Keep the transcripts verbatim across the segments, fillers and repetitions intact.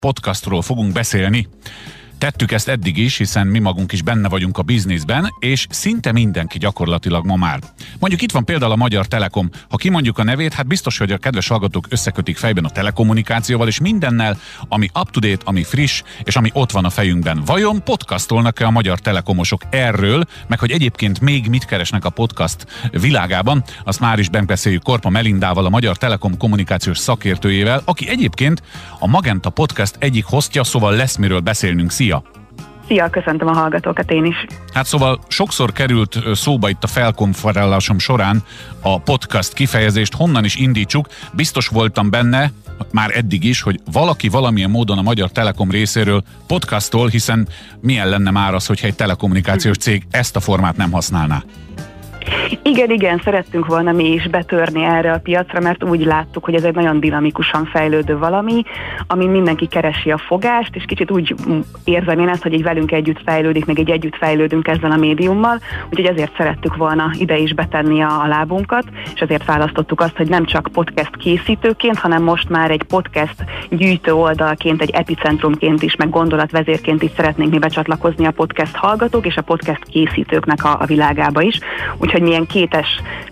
podcastról fogunk beszélni. Tettük ezt eddig is, hiszen mi magunk is benne vagyunk a bizniszben, és szinte mindenki gyakorlatilag ma már. Mondjuk itt van például a Magyar Telekom. Ha kimondjuk a nevét, hát biztos, hogy a kedves hallgatók összekötik fejben a telekommunikációval, és mindennel, ami up-to-date, ami friss, és ami ott van a fejünkben. Vajon podcastolnak-e a magyar telekomosok erről, meg hogy egyébként még mit keresnek a podcast világában? Azt már is megbeszéljük Korpa Melindával, a Magyar Telekom kommunikációs szakértőjével, aki egyébként a Magenta Podcast egyik hostja, szóval lesz miről beszélnünk. Szia! Szia, köszöntöm a hallgatókat én is. Hát szóval sokszor került szóba itt a felkonferálásom során a podcast kifejezést, honnan is indítsuk. Biztos voltam benne, már eddig is, hogy valaki valamilyen módon a Magyar Telekom részéről podcastol, hiszen milyen lenne már az, hogyha egy telekommunikációs cég ezt a formát nem használná? Igen, igen, szerettünk volna mi is betörni erre a piacra, mert úgy láttuk, hogy ez egy nagyon dinamikusan fejlődő valami, amin mindenki keresi a fogást, és kicsit úgy érzem én ezt, hogy így velünk együtt fejlődik, meg egy együtt fejlődünk ezzel a médiummal, úgyhogy ezért szerettük volna ide is betenni a, a lábunkat, és ezért választottuk azt, hogy nem csak podcast készítőként, hanem most már egy podcast gyűjtő oldalként, egy epicentrumként is, meg gondolatvezérként is szeretnénk mi becsatlakozni a podcast hallgatók és a podcast készítőknek a, a világába is. Úgyhogy milyen kétes,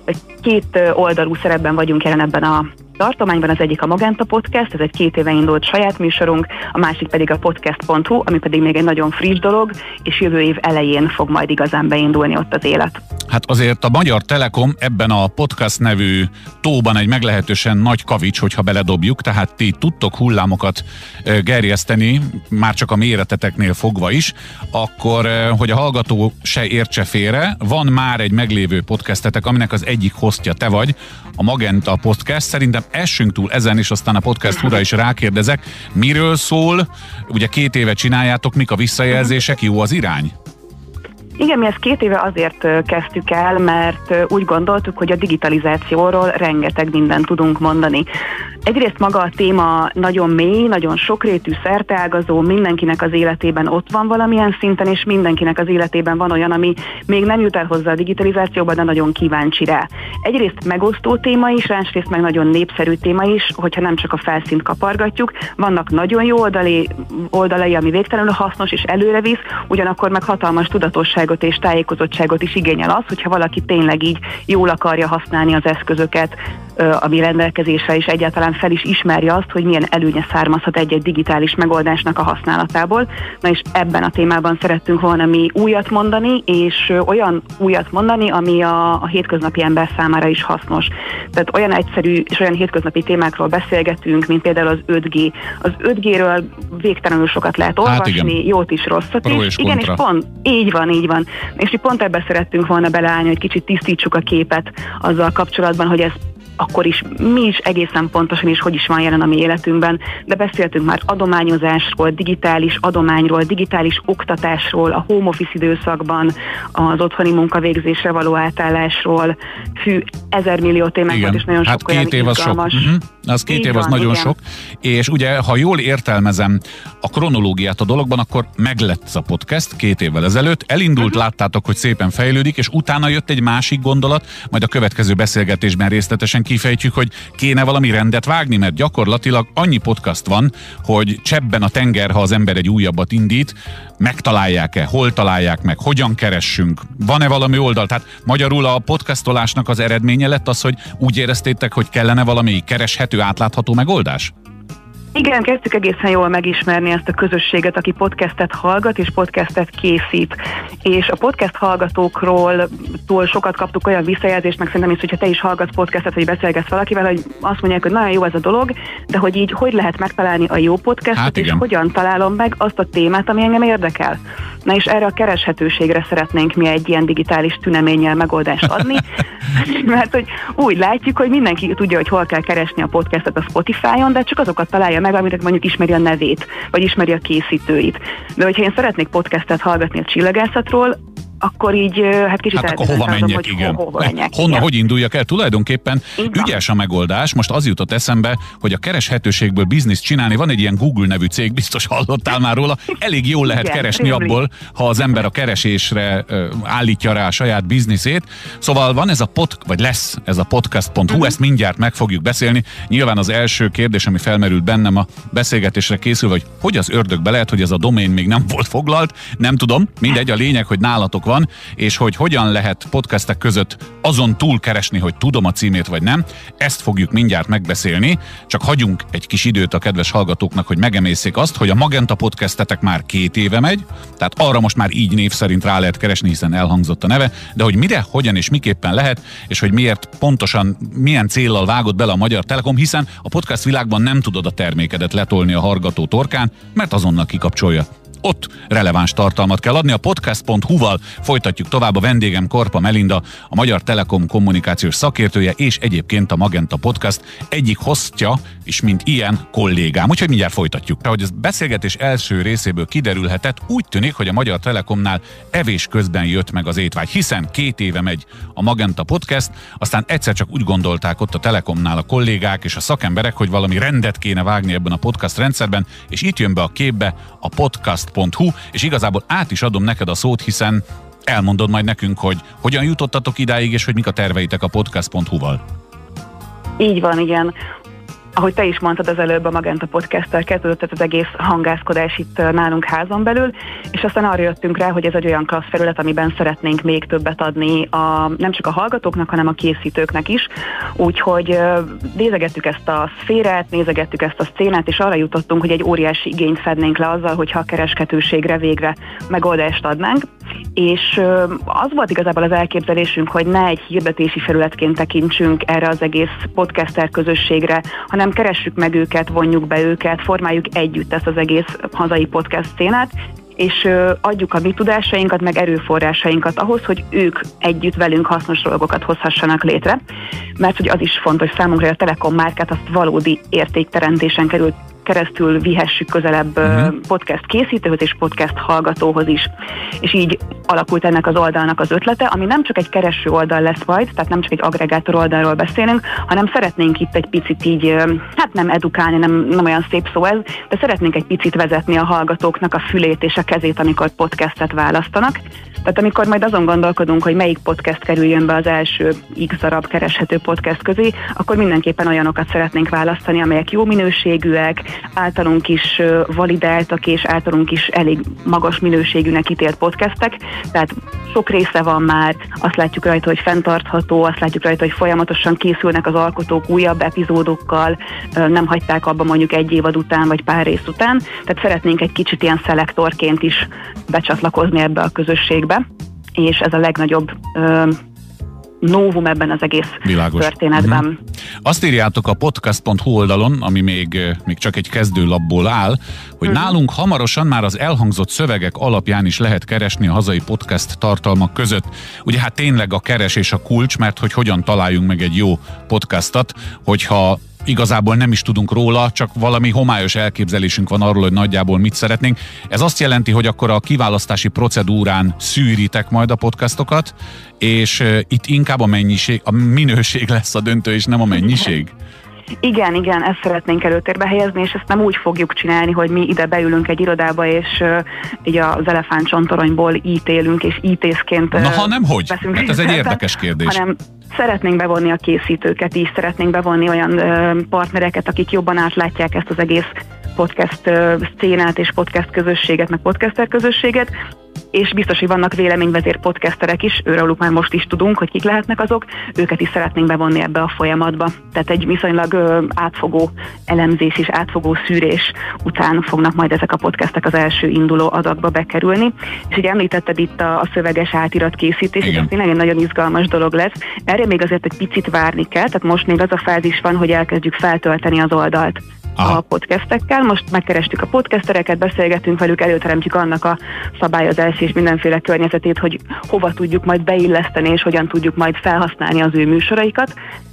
két oldalú szerepben vagyunk jelen ebben a tartományban. Az egyik a Magenta Podcast, ez egy két éve indult saját műsorunk, a másik pedig a podcast pont hu, ami pedig még egy nagyon friss dolog, és jövő év elején fog majd igazán beindulni ott az élet. Hát azért a Magyar Telekom ebben a podcast nevű tóban egy meglehetősen nagy kavics, hogyha beledobjuk, tehát ti tudtok hullámokat gerjeszteni, már csak a méreteteknél fogva is, akkor, hogy a hallgató se értse félre, van már egy meglévő podcastetek, aminek az egyik hostja te vagy, a Magenta Podcast. Szerintem essünk túl ezen, és aztán a podcast ura is rákérdezek, miről szól, ugye két éve csináljátok, mik a visszajelzések, jó az irány? Igen, mi ezt két éve azért kezdtük el, mert úgy gondoltuk, hogy a digitalizációról rengeteg mindent tudunk mondani. Egyrészt maga a téma nagyon mély, nagyon sokrétű, szerteágazó, mindenkinek az életében ott van valamilyen szinten, és mindenkinek az életében van olyan, ami még nem jut el hozzá a digitalizációba, de nagyon kíváncsi rá. Egyrészt megosztó téma is, másrészt meg nagyon népszerű téma is, hogyha nem csak a felszínt kapargatjuk. Vannak nagyon jó oldalai, oldalai, ami végtelenül hasznos és előrevisz, ugyanakkor meg hatalmas tudatosságot és tájékozottságot is igényel az, hogyha valaki tényleg így jól akarja használni az eszközöket, ami rendelkezésre is egyáltalán fel is ismerje azt, hogy milyen előnye származhat egy-egy digitális megoldásnak a használatából. Na és ebben a témában szerettünk volna mi újat mondani, és olyan újat mondani, ami a, a hétköznapi ember számára is hasznos. Tehát olyan egyszerű és olyan hétköznapi témákról beszélgetünk, mint például az öt G. Az öt G-ről végtelenül sokat lehet olvasni, hát igen. Jót is, rosszat Pro is. És igen, és pont, így van, így van. És mi pont ebben szerettünk volna beleállni, hogy kicsit tisztítsuk a képet azzal kapcsolatban, hogy ez akkor is mi is egészen pontosan is, hogy is van jelen a mi életünkben, de beszéltünk már adományozásról, digitális adományról, digitális oktatásról, a home office időszakban, az otthoni munkavégzésre való átállásról, fű, ezer millió témák volt, és nagyon hát sok olyan két év az izgalmas. Sok. Uh-huh. Az két Így év az van, nagyon igen. sok, és ugye, ha jól értelmezem a kronológiát a dologban, akkor meglett a podcast két évvel ezelőtt, elindult, uh-huh. láttátok, hogy szépen fejlődik, és utána jött egy másik gondolat, majd a következő beszélgetésben részletesen kifejtjük, hogy kéne valami rendet vágni, mert gyakorlatilag annyi podcast van, hogy csebben a tenger, ha az ember egy újabbat indít, megtalálják-e, hol találják meg, hogyan keressünk, van-e valami oldal? Tehát magyarul a podcastolásnak az eredménye lett az, hogy úgy éreztétek, hogy kellene valami kereshető, átlátható megoldás? Igen, kezdtük egészen jól megismerni ezt a közösséget, aki podcastet hallgat és podcastet készít. És a podcast hallgatókról túl sokat kaptuk olyan visszajelzést, meg szerintem is, hogyha te is hallgatsz podcastet, vagy beszélgetsz valakivel, hogy azt mondják, hogy nagyon jó ez a dolog, de hogy így hogy lehet megtalálni a jó podcastet, hát és hogyan találom meg azt a témát, ami engem érdekel. Na és erre a kereshetőségre szeretnénk mi egy ilyen digitális tüneménnyel megoldást adni, mert hogy úgy látjuk, hogy mindenki tudja, hogy hol kell keresni a podcastet a Spotify-on, de csak azokat találja meg, amit mondjuk ismeri a nevét, vagy ismeri a készítőit. De hogyha én szeretnék podcastet hallgatni a csillagászatról, akkor így hát kicsit hát akkor hova menjek, hogy igen. Ho, hova menjek, Honnan, igen. hogy induljak el? Tulajdonképpen ügyes a megoldás. Most az jutott eszembe, hogy a kereshetőségből bizniszt csinálni. Van egy ilyen Google nevű cég, biztos hallottál már róla. Elég jól lehet igen, keresni rémlik. Abból, ha az ember a keresésre uh, állítja rá a saját bizniszét. Szóval van ez a pod, vagy lesz ez a podcast pont hu, uh-huh. ezt mindjárt meg fogjuk beszélni. Nyilván az első kérdés, ami felmerült bennem a beszélgetésre készül, hogy hogy az ördögbe lehet, hogy ez a domén még nem volt foglalt. Nem tudom, mindegy, a lényeg, hogy nálatok van, és hogy hogyan lehet podcastek között azon túl keresni, hogy tudom a címét vagy nem, ezt fogjuk mindjárt megbeszélni, csak hagyjunk egy kis időt a kedves hallgatóknak, hogy megemészék azt, hogy a Magenta podcastetek már két éve megy, tehát arra most már így név szerint rá lehet keresni, hiszen elhangzott a neve, de hogy mire, hogyan és miképpen lehet, és hogy miért pontosan, milyen céllal vágott bele a Magyar Telekom, hiszen a podcast világban nem tudod a termékedet letolni a hallgató torkán, mert azonnal kikapcsolja. Ott releváns tartalmat kell adni. A podcast pont hu-val folytatjuk tovább. A vendégem Korpa Melinda, a Magyar Telekom kommunikációs szakértője, és egyébként a Magenta Podcast egyik hostja, és mint ilyen kollégám. Úgyhogy mindjárt folytatjuk. Ahogy az beszélgetés első részéből kiderülhetett, úgy tűnik, hogy a Magyar Telekomnál evés közben jött meg az étvágy, hiszen két éve megy a Magenta Podcast, aztán egyszer csak úgy gondolták ott a Telekomnál a kollégák és a szakemberek, hogy valami rendet kéne vágni ebben a podcast rendszerben, és itt jön be a képbe a podcast pont hu, és igazából át is adom neked a szót, hiszen elmondod majd nekünk, hogy hogyan jutottatok idáig, és hogy mik a terveitek a podcast pont hu-val. Így van, igen. Ahogy te is mondtad, az előbb a Magenta Podcast-tel kezdődött az egész hangázkodás itt nálunk házon belül, és aztán arra jöttünk rá, hogy ez egy olyan klassz felület, amiben szeretnénk még többet adni a, nem csak a hallgatóknak, hanem a készítőknek is. Úgyhogy nézegettük ezt a szférát, nézegettük ezt a szcénát, és arra jutottunk, hogy egy óriási igényt fednénk le azzal, hogyha a kereskedőségre végre megoldást adnánk. És az volt igazából az elképzelésünk, hogy ne egy hirdetési felületként tekintsünk erre az egész podcaster közösségre, hanem keressük meg őket, vonjuk be őket, formáljuk együtt ezt az egész hazai podcast szcénát, és adjuk a mi tudásainkat, meg erőforrásainkat ahhoz, hogy ők együtt velünk hasznos dolgokat hozhassanak létre. Mert hogy az is fontos számunkra, hogy a Telekom márkát azt valódi értékteremtésen kerül keresztül vihessük közelebb uh-huh. podcast készítőhöz és podcast hallgatóhoz is. És így alakult ennek az oldalnak az ötlete, ami nem csak egy kereső oldal lesz majd, tehát nem csak egy agregátor oldalról beszélünk, hanem szeretnénk itt egy picit így, hát nem edukálni, nem, nem olyan szép szó ez, de szeretnénk egy picit vezetni a hallgatóknak a fülét és a kezét, amikor podcastet választanak. Tehát amikor majd azon gondolkodunk, hogy melyik podcast kerüljön be az első X darab kereshető podcast közé, akkor mindenképpen olyanokat szeretnénk választani, amelyek jó minőségűek, általunk is validáltak és általunk is elég magas minőségűnek ítélt podcastek, tehát sok része van már, azt látjuk rajta, hogy fenntartható, azt látjuk rajta, hogy folyamatosan készülnek az alkotók újabb epizódokkal, nem hagyták abba mondjuk egy évad után, vagy pár rész után, tehát szeretnénk egy kicsit ilyen szelektorként is becsatlakozni ebbe a közösségbe, és ez a legnagyobb ö, novum ebben az egész Világos. történetben. Uh-huh. Azt írjátok a podcast pont hu oldalon, ami még, még csak egy kezdőlapból áll, hogy uh-huh. nálunk hamarosan már az elhangzott szövegek alapján is lehet keresni a hazai podcast tartalmak között. Ugye hát tényleg a keresés a kulcs, mert hogy hogyan találjunk meg egy jó podcastot, hogyha igazából nem is tudunk róla, csak valami homályos elképzelésünk van arról, hogy nagyjából mit szeretnénk. Ez azt jelenti, hogy akkor a kiválasztási procedúrán szűritek majd a podcastokat, és uh, itt inkább a mennyiség, a minőség lesz a döntő, és nem a mennyiség. Igen, igen, ezt szeretnénk előtérbe helyezni, és ezt nem úgy fogjuk csinálni, hogy mi ide beülünk egy irodába, és uh, így az elefántcsontoronyból ítélünk, és ítészként uh, Na, ha nem, hogy? Hát ez egy érdekes kérdés. Hanem szeretnénk bevonni a készítőket is, szeretnénk bevonni olyan uh, partnereket, akik jobban átlátják ezt az egész podcast uh, szcénát és podcast közösséget, meg podcaster közösséget, és biztos, hogy vannak véleményvezér podcasterek is, őróluk már most is tudunk, hogy kik lehetnek azok, őket is szeretnénk bevonni ebbe a folyamatba. Tehát egy viszonylag ö, átfogó elemzés és átfogó szűrés után fognak majd ezek a podcastek az első induló adagba bekerülni. És ugye említetted itt a, a szöveges átirat készítés, és ez tényleg egy nagyon izgalmas dolog lesz. Erre még azért egy picit várni kell, tehát most még az a fázis van, hogy elkezdjük feltölteni az oldalt. Aha. a podcastekkel. Most megkerestük a podcastereket, beszélgetünk velük, előteremtjük annak a szabályozás és mindenféle környezetét, hogy hova tudjuk majd beilleszteni, és hogyan tudjuk majd felhasználni az ő műsoraikat.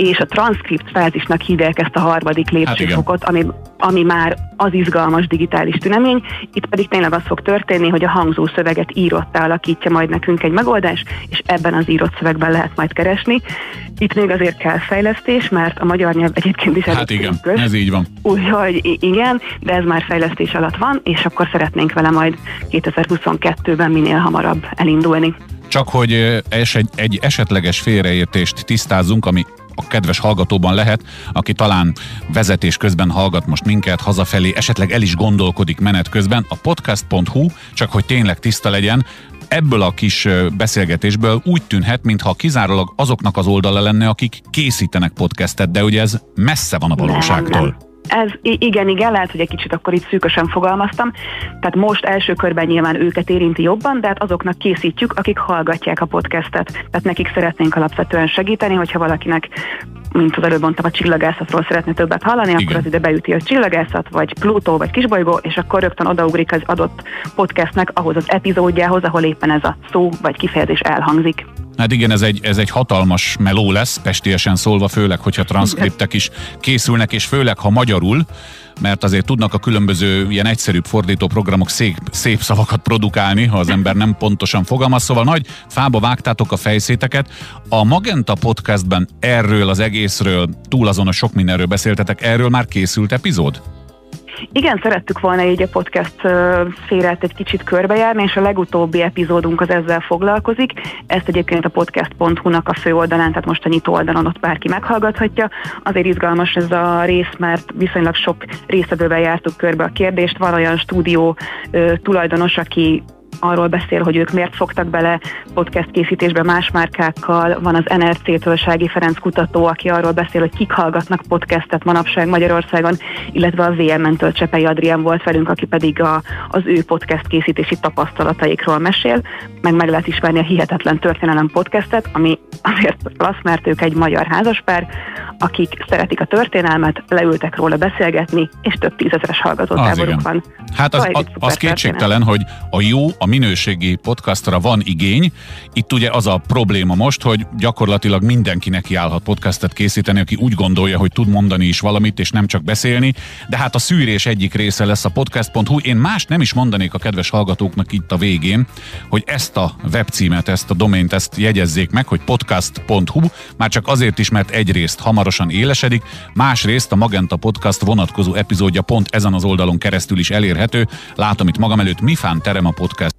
és a transzkript fázisnak hívják ezt a harmadik lépcsőfokot, ami, ami már az izgalmas digitális tünemény. Itt pedig tényleg az fog történni, hogy a hangzó szöveget írottá alakítja majd nekünk egy megoldás, és ebben az írott szövegben lehet majd keresni. Itt még azért kell fejlesztés, mert a magyar nyelv egyébként is hát igen, szűkös. Ez így van. Úgyhogy igen, de ez már fejlesztés alatt van, és akkor szeretnénk vele majd kétezer-huszonkettőben minél hamarabb elindulni. Csak hogy egy, egy esetleges félreértést tisztázzunk, ami a kedves hallgatóban lehet, aki talán vezetés közben hallgat most minket hazafelé, esetleg el is gondolkodik menet közben, a podcast pont hu, csak hogy tényleg tiszta legyen, ebből a kis beszélgetésből úgy tűnhet, mintha kizárólag azoknak az oldala lenne, akik készítenek podcastet, de ugye ez messze van a valóságtól. Nem, nem. Ez igen, igen, lehet, hogy egy kicsit akkor itt szűkösen fogalmaztam. Tehát most első körben nyilván őket érinti jobban, de hát azoknak készítjük, akik hallgatják a podcastet. Tehát nekik szeretnénk alapvetően segíteni, hogyha valakinek, mint az előbb mondtam, a csillagászatról szeretne többet hallani, igen. Akkor az ide beüti a csillagászat, vagy Plutó, vagy kisbolygó, és akkor rögtön odaugrik az adott podcastnek ahhoz az epizódjához, ahol éppen ez a szó vagy kifejezés elhangzik. Hát igen, ez egy, ez egy hatalmas meló lesz, pestiesen szólva, főleg, hogyha transzkriptek is készülnek, és főleg, ha magyarul, mert azért tudnak a különböző ilyen egyszerűbb fordító programok szép, szép szavakat produkálni, ha az ember nem pontosan fogalmaz. Szóval nagy fába vágtátok a fejszéteket. A Magenta Podcastben erről az egészről, túl azon a sok mindenről beszéltetek, erről már készült epizód? Igen, szerettük volna így a podcast szférát egy kicsit körbejárni, és a legutóbbi epizódunk az ezzel foglalkozik. Ezt egyébként a podcast pont hu-nak a fő oldalán, tehát most a nyitó oldalon ott bárki meghallgathatja. Azért izgalmas ez a rész, mert viszonylag sok résztvevővel jártuk körbe a kérdést. Van olyan stúdió tulajdonos, aki arról beszél, hogy ők miért fogtak bele podcast készítésbe más márkákkal. Van az en er cé-től Sági Ferenc kutató, aki arról beszél, hogy kik hallgatnak podcastet manapság Magyarországon, illetve a vé em en-től Csepei Adrián volt velünk, aki pedig a, az ő podcast készítési tapasztalataikról mesél, meg meg lehet ismerni a Hihetetlen Történelem podcastet, ami azért klassz, mert ők egy magyar házaspár, akik szeretik a történelmet, leültek róla beszélgetni, és több tízezeres hallgatótáboruk van. Hát az, az, az kétségtelen, hogy a jó, a minőségi podcastra van igény. Itt ugye az a probléma most, hogy gyakorlatilag mindenki nekiállhat podcastet készíteni, aki úgy gondolja, hogy tud mondani is valamit, és nem csak beszélni, de hát a szűrés egyik része lesz a podcast pont hu. Én más nem is mondanék a kedves hallgatóknak itt a végén, hogy ezt a webcímet, ezt a domént, ezt jegyezzék meg, hogy podcast pont hu, már csak azért is, mert egyrészt hamarosan élesedik, másrészt a Magenta Podcast vonatkozó epizódja pont ezen az oldalon keresztül is elérhető. Látom itt magam előtt Mifán terem a podcast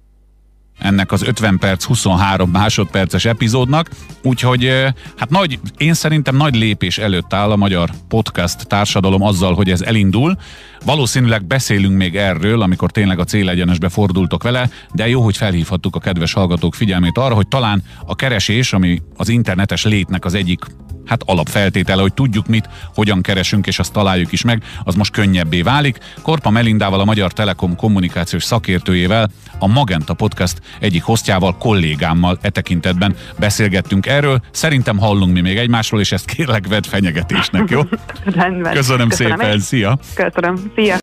ennek az ötven perc, huszonhárom másodperces epizódnak, úgyhogy hát nagy, én szerintem nagy lépés előtt áll a magyar podcast társadalom azzal, hogy ez elindul. Valószínűleg beszélünk még erről, amikor tényleg a célegyenesbe fordultok vele, de jó, hogy felhívhattuk a kedves hallgatók figyelmét arra, hogy talán a keresés, ami az internetes létnek az egyik hát alapfeltétele, hogy tudjuk mit, hogyan keresünk, és azt találjuk is meg, az most könnyebbé válik. Korpa Melindával, a Magyar Telekom kommunikációs szakértőjével, a Magenta Podcast egyik hostjával, kollégámmal e tekintetben beszélgettünk erről. Szerintem hallunk mi még egymásról, és ezt kérlek vedd fenyegetésnek, jó? Rendben. Köszönöm, Köszönöm szépen, szia! Köszönöm, szia!